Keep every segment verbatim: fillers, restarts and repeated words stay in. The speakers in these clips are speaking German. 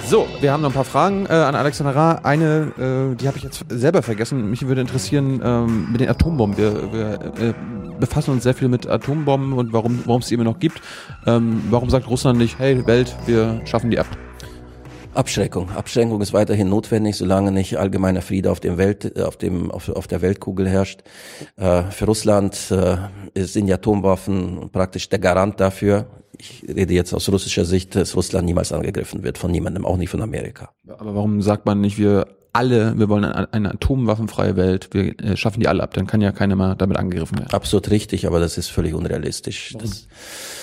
So, wir haben noch ein paar Fragen äh, an Alexander Ra. Eine, äh, die habe ich jetzt selber vergessen. Mich würde interessieren ähm, mit den Atombomben. Wir, wir äh, befassen uns sehr viel mit Atombomben und warum warum es die immer noch gibt. Ähm, warum sagt Russland nicht, hey Welt, wir schaffen die ab? Abschreckung. Abschreckung ist weiterhin notwendig, solange nicht allgemeiner Friede auf dem Welt, auf dem, auf, auf der Weltkugel herrscht. Äh, für Russland äh, sind die Atomwaffen praktisch der Garant dafür. Ich rede jetzt aus russischer Sicht, dass Russland niemals angegriffen wird, von niemandem, auch nicht von Amerika. Aber warum sagt man nicht, wir alle, wir wollen eine, eine atomwaffenfreie Welt, wir äh, schaffen die alle ab, dann kann ja keiner mehr damit angegriffen werden. Absolut richtig, aber das ist völlig unrealistisch. Warum? Das,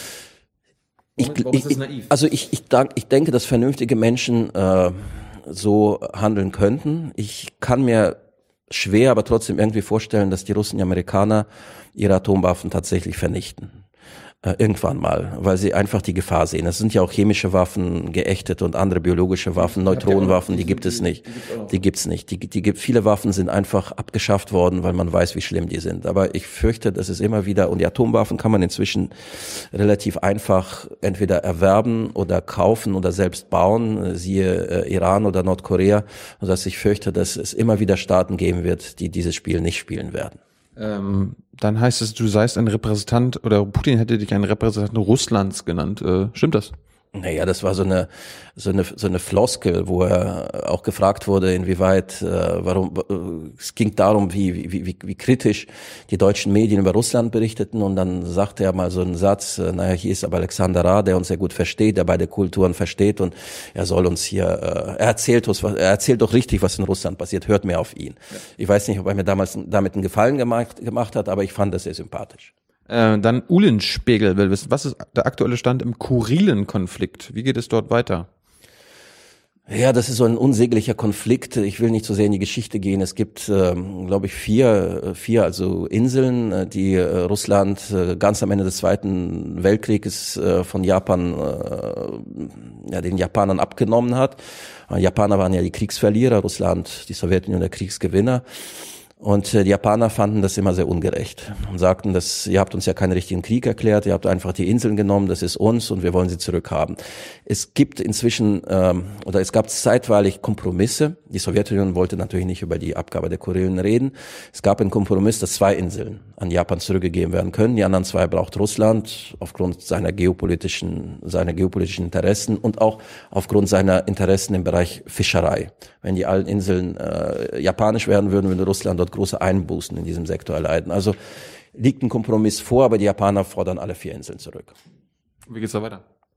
ich, Warum ist das naiv? Also ich, ich, ich denke, dass vernünftige Menschen äh, so handeln könnten. Ich kann mir schwer, aber trotzdem irgendwie vorstellen, dass die Russen, die Amerikaner ihre Atomwaffen tatsächlich vernichten. Äh, irgendwann mal, weil sie einfach die Gefahr sehen. Es sind ja auch chemische Waffen geächtet und andere biologische Waffen, Neutronenwaffen, die gibt es nicht. Die gibt's nicht. Die, die gibt, viele Waffen sind einfach abgeschafft worden, weil man weiß, wie schlimm die sind. Aber ich fürchte, dass es immer wieder, und die Atomwaffen kann man inzwischen relativ einfach entweder erwerben oder kaufen oder selbst bauen, siehe äh, Iran oder Nordkorea, sodass ich fürchte, dass es immer wieder Staaten geben wird, die dieses Spiel nicht spielen werden. Ähm, dann heißt es, du seist ein Repräsentant, oder Putin hätte dich einen Repräsentant Russlands genannt. Äh, stimmt das? Naja, das war so eine so eine so eine Floskel, wo er auch gefragt wurde, inwieweit, äh, warum äh, es ging darum, wie wie wie wie kritisch die deutschen Medien über Russland berichteten, und dann sagte er mal so einen Satz: äh, Naja, hier ist aber Alexander Ra, der uns sehr gut versteht, der beide Kulturen versteht, und er soll uns hier, äh, er erzählt uns, was, er erzählt doch richtig, was in Russland passiert. Hört mehr auf ihn. Ja. Ich weiß nicht, ob er mir damals damit einen Gefallen gemacht gemacht hat, aber ich fand das sehr sympathisch. Äh, dann Uhlenspiegel will wissen, was ist der aktuelle Stand im Kurilen-Konflikt? Wie geht es dort weiter? Ja, das ist so ein unsäglicher Konflikt. Ich will nicht so sehr in die Geschichte gehen. Es gibt, ähm, glaube ich, vier, vier also Inseln, die äh, Russland äh, ganz am Ende des Zweiten Weltkrieges äh, von Japan, äh, ja, den Japanern abgenommen hat. Die Japaner waren ja die Kriegsverlierer, Russland, die Sowjetunion der Kriegsgewinner. Und die Japaner fanden das immer sehr ungerecht und sagten, dass ihr habt uns ja keinen richtigen Krieg erklärt, ihr habt einfach die Inseln genommen, das ist uns und wir wollen sie zurückhaben. Es gibt inzwischen, ähm, oder es gab zeitweilig Kompromisse. Die Sowjetunion wollte natürlich nicht über die Abgabe der Kurilen reden. Es gab einen Kompromiss, dass zwei Inseln an Japan zurückgegeben werden können. Die anderen zwei braucht Russland aufgrund seiner geopolitischen, seiner geopolitischen Interessen und auch aufgrund seiner Interessen im Bereich Fischerei. Wenn die allen Inseln äh, japanisch werden würden, würde Russland dort große Einbußen in diesem Sektor erleiden. Also liegt ein Kompromiss vor, aber die Japaner fordern alle vier Inseln zurück. Wie geht's da weiter?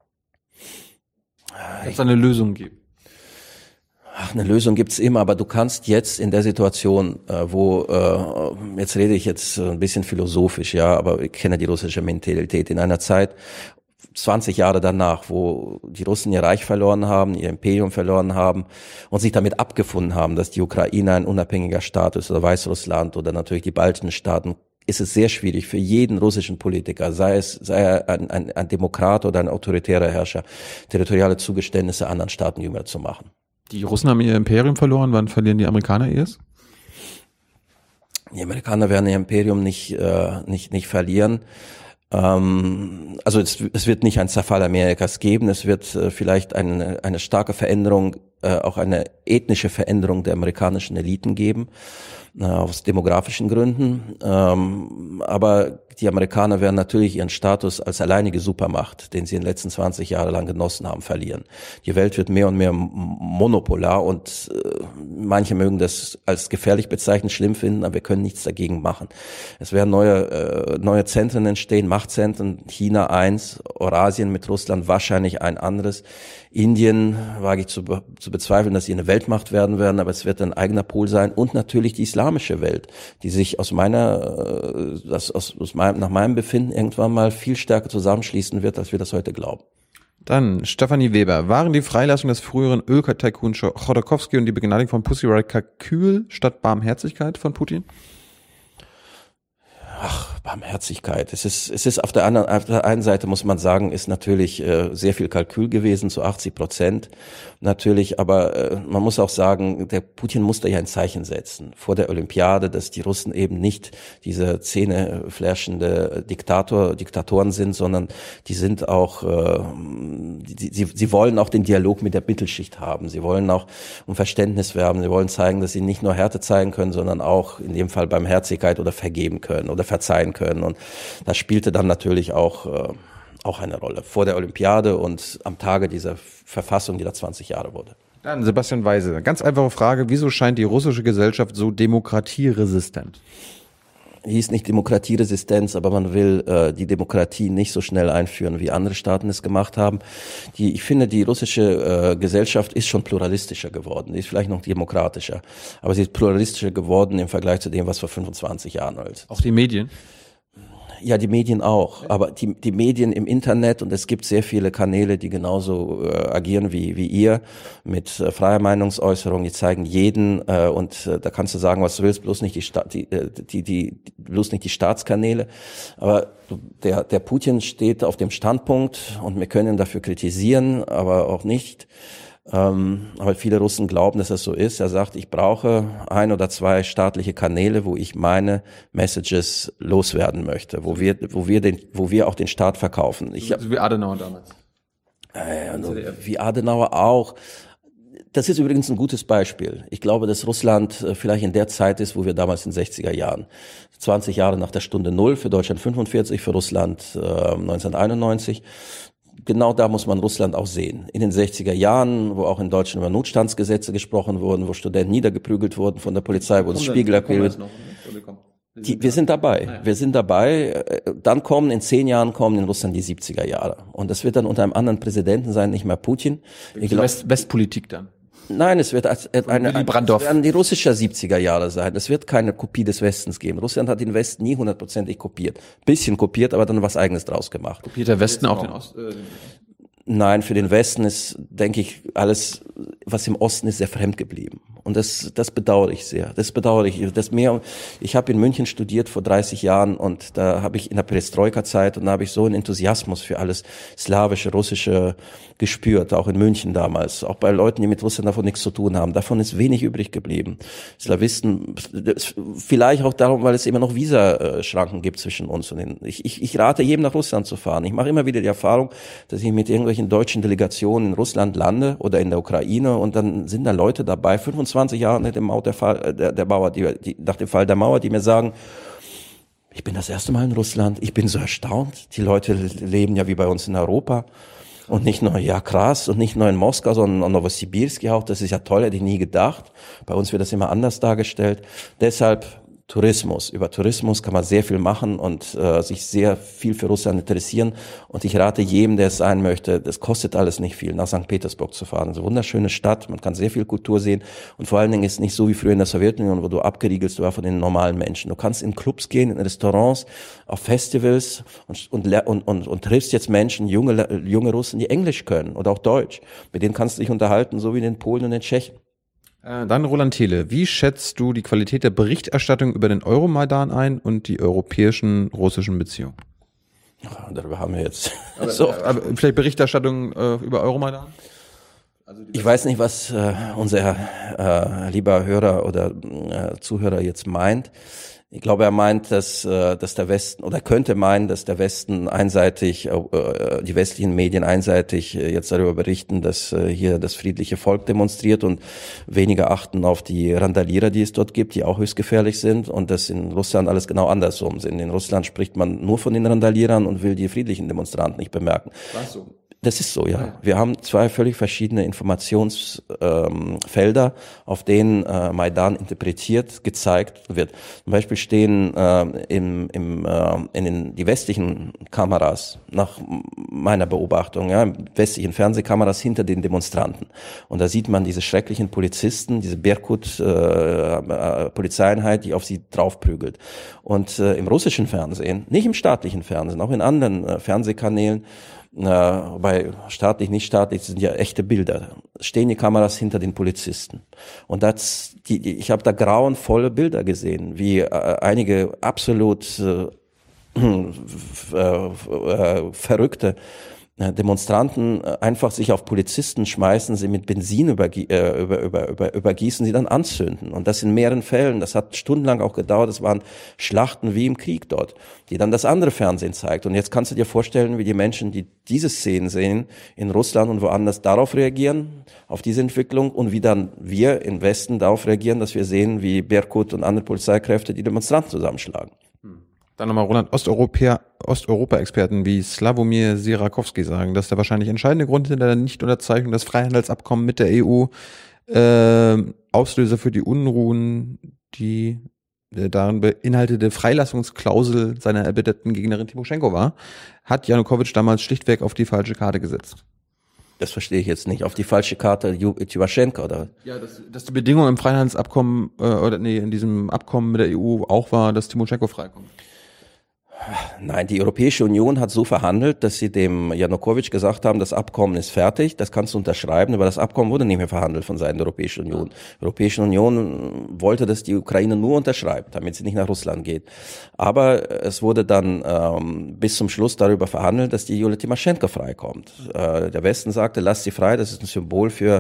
Wird es eine Lösung geben? Ach, eine Lösung gibt's immer, aber du kannst jetzt in der Situation, äh, wo, äh, jetzt rede ich jetzt ein bisschen philosophisch, ja, aber ich kenne die russische Mentalität, in einer Zeit, zwanzig Jahre danach, wo die Russen ihr Reich verloren haben, ihr Imperium verloren haben und sich damit abgefunden haben, dass die Ukraine ein unabhängiger Staat ist oder Weißrussland oder natürlich die baltischen Staaten, ist es sehr schwierig für jeden russischen Politiker, sei es sei er ein, ein, ein Demokrat oder ein autoritärer Herrscher, territoriale Zugeständnisse anderen Staaten gegenüber zu machen. Die Russen haben ihr Imperium verloren, wann verlieren die Amerikaner ihrs? Die Amerikaner werden ihr Imperium nicht äh, nicht nicht verlieren. Ähm, also es, es wird nicht einen Zerfall Amerikas geben, es wird äh, vielleicht eine, eine starke Veränderung, äh, auch eine ethnische Veränderung der amerikanischen Eliten geben, äh, aus demografischen Gründen. Ähm, aber die Amerikaner werden natürlich ihren Status als alleinige Supermacht, den sie in den letzten zwanzig Jahren lang genossen haben, verlieren. Die Welt wird mehr und mehr monopolar und äh, manche mögen das als gefährlich bezeichnen, schlimm finden, aber wir können nichts dagegen machen. Es werden neue äh, neue Zentren entstehen, Machtzentren, China eins, Eurasien mit Russland wahrscheinlich ein anderes. Indien wage ich zu, be- zu bezweifeln, dass sie eine Weltmacht werden werden, aber es wird ein eigener Pol sein, und natürlich die islamische Welt, die sich aus meiner, äh, das, aus, aus meinem, nach meinem Befinden irgendwann mal viel stärker zusammenschließen wird, als wir das heute glauben. Dann Stefanie Weber. Waren die Freilassung des früheren Öltycoons Chodorkowski und die Begnadigung von Pussy Riot Kalkül statt Barmherzigkeit von Putin? Ach, Barmherzigkeit. Es ist, es ist auf der anderen, auf der einen Seite muss man sagen, ist natürlich äh, sehr viel Kalkül gewesen, zu achtzig Prozent natürlich, aber äh, man muss auch sagen, der Putin musste ja ein Zeichen setzen vor der Olympiade, dass die Russen eben nicht diese zähnefleischende Diktator, Diktatoren sind, sondern die sind auch, äh, die, sie, sie wollen auch den Dialog mit der Mittelschicht haben. Sie wollen auch um Verständnis werben. Sie wollen zeigen, dass sie nicht nur Härte zeigen können, sondern auch in dem Fall Barmherzigkeit oder vergeben können oder verzeihen können. Und das spielte dann natürlich auch äh, auch eine Rolle vor der Olympiade und am Tage dieser Verfassung, die da zwanzig Jahre wurde. Dann Sebastian Weise, ganz einfache Frage, wieso scheint die russische Gesellschaft so demokratieresistent? Hieß nicht Demokratieresistenz, aber man will äh, die Demokratie nicht so schnell einführen, wie andere Staaten es gemacht haben. Die, ich finde, die russische äh, Gesellschaft ist schon pluralistischer geworden. Die ist vielleicht noch demokratischer, aber sie ist pluralistischer geworden im Vergleich zu dem, was vor fünfundzwanzig Jahren ist. Auch die Medien? Ja, die Medien auch, aber die, die Medien im Internet, und es gibt sehr viele Kanäle, die genauso äh, agieren wie, wie ihr, mit äh, freier Meinungsäußerung, die zeigen jeden, äh, und äh, da kannst du sagen, was du willst, bloß nicht die, Sta- die, äh, die, die, bloß nicht die Staatskanäle, aber der, der Putin steht auf dem Standpunkt, und wir können ihn dafür kritisieren, aber auch nicht. Ähm, aber viele Russen glauben, dass das so ist. Er sagt, ich brauche ein oder zwei staatliche Kanäle, wo ich meine Messages loswerden möchte, wo wir, wo wir den, wo wir auch den Staat verkaufen. Ich, also wie Adenauer damals. Äh, also, wie Adenauer auch. Das ist übrigens ein gutes Beispiel. Ich glaube, dass Russland vielleicht in der Zeit ist, wo wir damals in den sechziger Jahren, zwanzig Jahre nach der Stunde Null, für Deutschland fünfundvierzig, für Russland äh, neunzehnhunderteinundneunzig. Genau da muss man Russland auch sehen. In den sechziger Jahren, wo auch in Deutschland über Notstandsgesetze gesprochen wurden, wo Studenten niedergeprügelt wurden von der Polizei, wo das Spiegel erklärt. Die, wir sind dabei. Wir sind dabei. Dann kommen in zehn Jahren kommen in Russland die siebziger Jahre. Und das wird dann unter einem anderen Präsidenten sein, nicht mehr Putin. Ich glaub, West, Westpolitik dann. Nein, es wird als eine, eine Brandorf. Es werden die russische siebziger Jahre sein. Es wird keine Kopie des Westens geben. Russland hat den Westen nie hundertprozentig kopiert. Bisschen kopiert, aber dann was Eigenes draus gemacht. Kopiert der Westen auch den Osten? Äh, Nein, für den Westen ist, denke ich, alles, was im Osten ist, sehr fremd geblieben. Und das, das bedauere ich sehr. Das bedauere ich. Das mehr, ich habe in München studiert vor dreißig Jahren, und da habe ich in der Perestroika-Zeit, und da habe ich so einen Enthusiasmus für alles Slawische, Russische gespürt, auch in München damals. Auch bei Leuten, die mit Russland davon nichts zu tun haben. Davon ist wenig übrig geblieben. Slawisten, vielleicht auch darum, weil es immer noch Visaschranken gibt zwischen uns und den. Ich, ich, ich rate jedem, nach Russland zu fahren. Ich mache immer wieder die Erfahrung, dass ich mit irgendwelchen deutschen Delegationen in Russland lande oder in der Ukraine, und dann sind da Leute dabei, fünfundzwanzig Jahre nach dem, Mauer, der, Fall, der, der Mauer, die, die, nach dem Fall der Mauer, die mir sagen, ich bin das erste Mal in Russland, ich bin so erstaunt, die Leute leben ja wie bei uns in Europa. Und nicht nur, ja krass, und nicht nur in Moskau, sondern in Novosibirsk auch, das ist ja toll, hätte ich nie gedacht. Bei uns wird das immer anders dargestellt. Deshalb Tourismus. Über Tourismus kann man sehr viel machen und äh, sich sehr viel für Russland interessieren. Und ich rate jedem, der es sein möchte, das kostet alles nicht viel, nach Sankt Petersburg zu fahren. Also wunderschöne Stadt, man kann sehr viel Kultur sehen. Und vor allen Dingen ist es nicht so wie früher in der Sowjetunion, wo du abgeriegelst war von den normalen Menschen. Du kannst in Clubs gehen, in Restaurants, auf Festivals und, und, und, und, und triffst jetzt Menschen, junge, junge Russen, die Englisch können oder auch Deutsch. Mit denen kannst du dich unterhalten, so wie in den Polen und den Tschechen. Dann Roland Thele, wie schätzt du die Qualität der Berichterstattung über den Euromaidan ein und die europäischen russischen Beziehungen? Ja, darüber haben wir jetzt aber, so. Aber vielleicht Berichterstattung äh, über Euromaidan? Also ich weiß nicht, was äh, unser äh, lieber Hörer oder äh, Zuhörer jetzt meint. Ich glaube, er meint, dass, äh, dass der Westen, oder könnte meinen, dass der Westen einseitig, äh, die westlichen Medien einseitig äh, jetzt darüber berichten, dass äh, hier das friedliche Volk demonstriert und weniger achten auf die Randalierer, die es dort gibt, die auch höchst gefährlich sind, und dass in Russland alles genau andersrum sind. In Russland spricht man nur von den Randalierern und will die friedlichen Demonstranten nicht bemerken. Ach so. Das ist so, ja. Wir haben zwei völlig verschiedene Informationsfelder, ähm, auf denen äh, Maidan interpretiert, gezeigt wird. Zum Beispiel stehen äh, im, im, äh, in den die westlichen Kameras, nach meiner Beobachtung, ja, westlichen Fernsehkameras hinter den Demonstranten. Und da sieht man diese schrecklichen Polizisten, diese Berkut-Polizeieinheit, äh, die auf sie draufprügelt. Und äh, im russischen Fernsehen, nicht im staatlichen Fernsehen, auch in anderen äh, Fernsehkanälen, Na, bei staatlich, nicht staatlich, das sind ja echte Bilder, stehen die Kameras hinter den Polizisten. Und das, die, die, ich habe da grauenvolle Bilder gesehen, wie äh, einige absolut äh, äh, äh, Verrückte Demonstranten einfach sich auf Polizisten schmeißen, sie mit Benzin übergie- äh, über, über, über, übergießen, sie dann anzünden. Und das in mehreren Fällen. Das hat stundenlang auch gedauert. Es waren Schlachten wie im Krieg dort, die dann das andere Fernsehen zeigt. Und jetzt kannst du dir vorstellen, wie die Menschen, die diese Szenen sehen, in Russland und woanders darauf reagieren, auf diese Entwicklung, und wie dann wir im Westen darauf reagieren, dass wir sehen, wie Berkut und andere Polizeikräfte die Demonstranten zusammenschlagen. Dann nochmal, Roland, Osteuropäer, Osteuropa-Experten wie Slawomir Sirakowski sagen, dass der wahrscheinlich entscheidende Grund hinter der Nichtunterzeichnung des Freihandelsabkommens mit der E U äh, Auslöser für die Unruhen, die äh, darin beinhaltete Freilassungsklausel seiner erbitterten Gegnerin Timoschenko war, hat Janukowitsch damals schlichtweg auf die falsche Karte gesetzt. Das verstehe ich jetzt nicht. Auf die falsche Karte Timoschenko, oder? Ja, dass, dass die Bedingung im Freihandelsabkommen, äh, oder nee, in diesem Abkommen mit der E U auch war, dass Timoschenko freikommt. Nein, die Europäische Union hat so verhandelt, dass sie dem Janukowitsch gesagt haben, das Abkommen ist fertig, das kannst du unterschreiben, aber das Abkommen wurde nicht mehr verhandelt von Seiten der Europäischen Union. Die Europäische Union wollte, dass die Ukraine nur unterschreibt, damit sie nicht nach Russland geht. Aber es wurde dann ähm, bis zum Schluss darüber verhandelt, dass die Julia Timoschenko freikommt. Äh, der Westen sagte, lasst sie frei, das ist ein Symbol für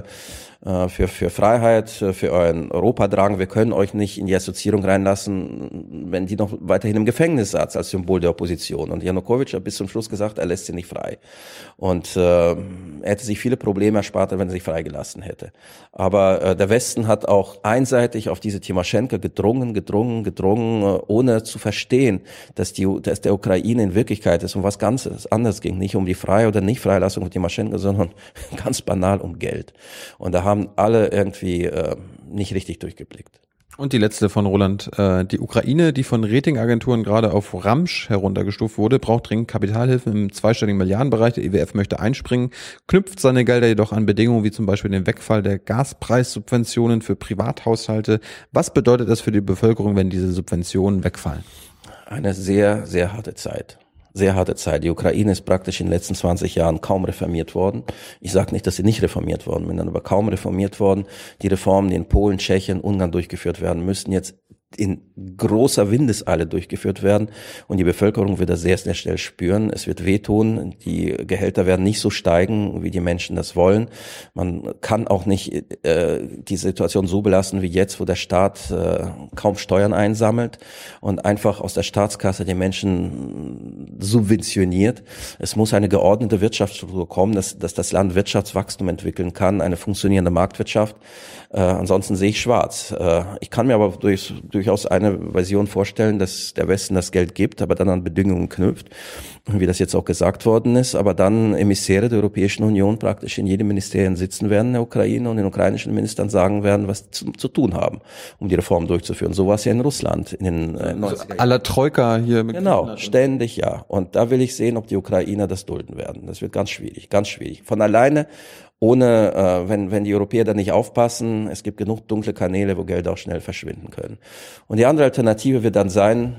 für für Freiheit, für euren Europadrang. Wir können euch nicht in die Assoziierung reinlassen, wenn die noch weiterhin im Gefängnis saß als Symbol der Opposition. Und Janukowitsch hat bis zum Schluss gesagt, er lässt sie nicht frei. Und äh, er hätte sich viele Probleme erspart, wenn er sich freigelassen hätte. Aber äh, der Westen hat auch einseitig auf diese Timoschenko gedrungen, gedrungen, gedrungen, äh, ohne zu verstehen, dass die dass der Ukraine in Wirklichkeit es um was ganz anderes ging. Nicht um die Frei- oder Nicht-Freilassung von Timoschenko, sondern ganz banal um Geld. Und da haben alle irgendwie äh, nicht richtig durchgeblickt. Und die letzte von Roland. Äh, die Ukraine, die von Ratingagenturen gerade auf Ramsch heruntergestuft wurde, braucht dringend Kapitalhilfen im zweistelligen Milliardenbereich. Der I W F möchte einspringen, knüpft seine Gelder jedoch an Bedingungen wie zum Beispiel den Wegfall der Gaspreissubventionen für Privathaushalte. Was bedeutet das für die Bevölkerung, wenn diese Subventionen wegfallen? Eine sehr, sehr harte Zeit. Sehr harte Zeit. Die Ukraine ist praktisch in den letzten zwanzig Jahren kaum reformiert worden. Ich sage nicht, dass sie nicht reformiert worden sind, aber kaum reformiert worden. Die Reformen, die in Polen, Tschechien, Ungarn durchgeführt werden, müssten jetzt in großer Windeseile durchgeführt werden, und die Bevölkerung wird das sehr, sehr schnell spüren. Es wird wehtun, die Gehälter werden nicht so steigen, wie die Menschen das wollen. Man kann auch nicht äh, die Situation so belassen wie jetzt, wo der Staat äh, kaum Steuern einsammelt und einfach aus der Staatskasse die Menschen subventioniert. Es muss eine geordnete Wirtschaftsstruktur kommen, dass, dass das Land Wirtschaftswachstum entwickeln kann, eine funktionierende Marktwirtschaft. Äh, ansonsten sehe ich schwarz. Äh, ich kann mir aber durch, durchaus eine Version vorstellen, dass der Westen das Geld gibt, aber dann an Bedingungen knüpft, wie das jetzt auch gesagt worden ist, aber dann Emissäre der Europäischen Union praktisch in jedem Ministerium sitzen werden in der Ukraine und den ukrainischen Ministern sagen werden, was zu, zu tun haben, um die Reform durchzuführen. So war es ja in Russland in den äh, neunziger Jahren. À la Troika hier. Mit genau, ständig, ja. Und da will ich sehen, ob die Ukrainer das dulden werden. Das wird ganz schwierig, ganz schwierig. Von alleine, ohne, äh, wenn, wenn die Europäer da nicht aufpassen, es gibt genug dunkle Kanäle, wo Gelder auch schnell verschwinden können. Und die andere Alternative wird dann sein,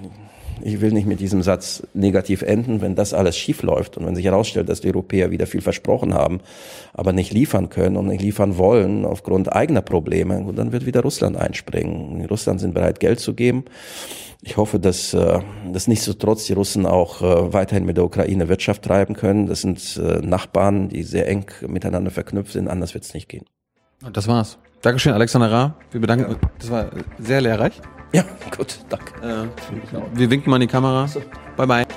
ich will nicht mit diesem Satz negativ enden, wenn das alles schief läuft und wenn sich herausstellt, dass die Europäer wieder viel versprochen haben, aber nicht liefern können und nicht liefern wollen aufgrund eigener Probleme, und dann wird wieder Russland einspringen. In Russland sind bereit, Geld zu geben. Ich hoffe, dass, äh, dass nichtsdestotrotz die Russen auch äh, weiterhin mit der Ukraine Wirtschaft treiben können. Das sind äh, Nachbarn, die sehr eng miteinander verknüpft sind. Anders wird es nicht gehen. Und das war's. Dankeschön, Alexander Ra. Wir bedanken uns. Das war sehr lehrreich. Ja, gut, danke. Äh, wir winken mal in die Kamera. So. Bye, bye.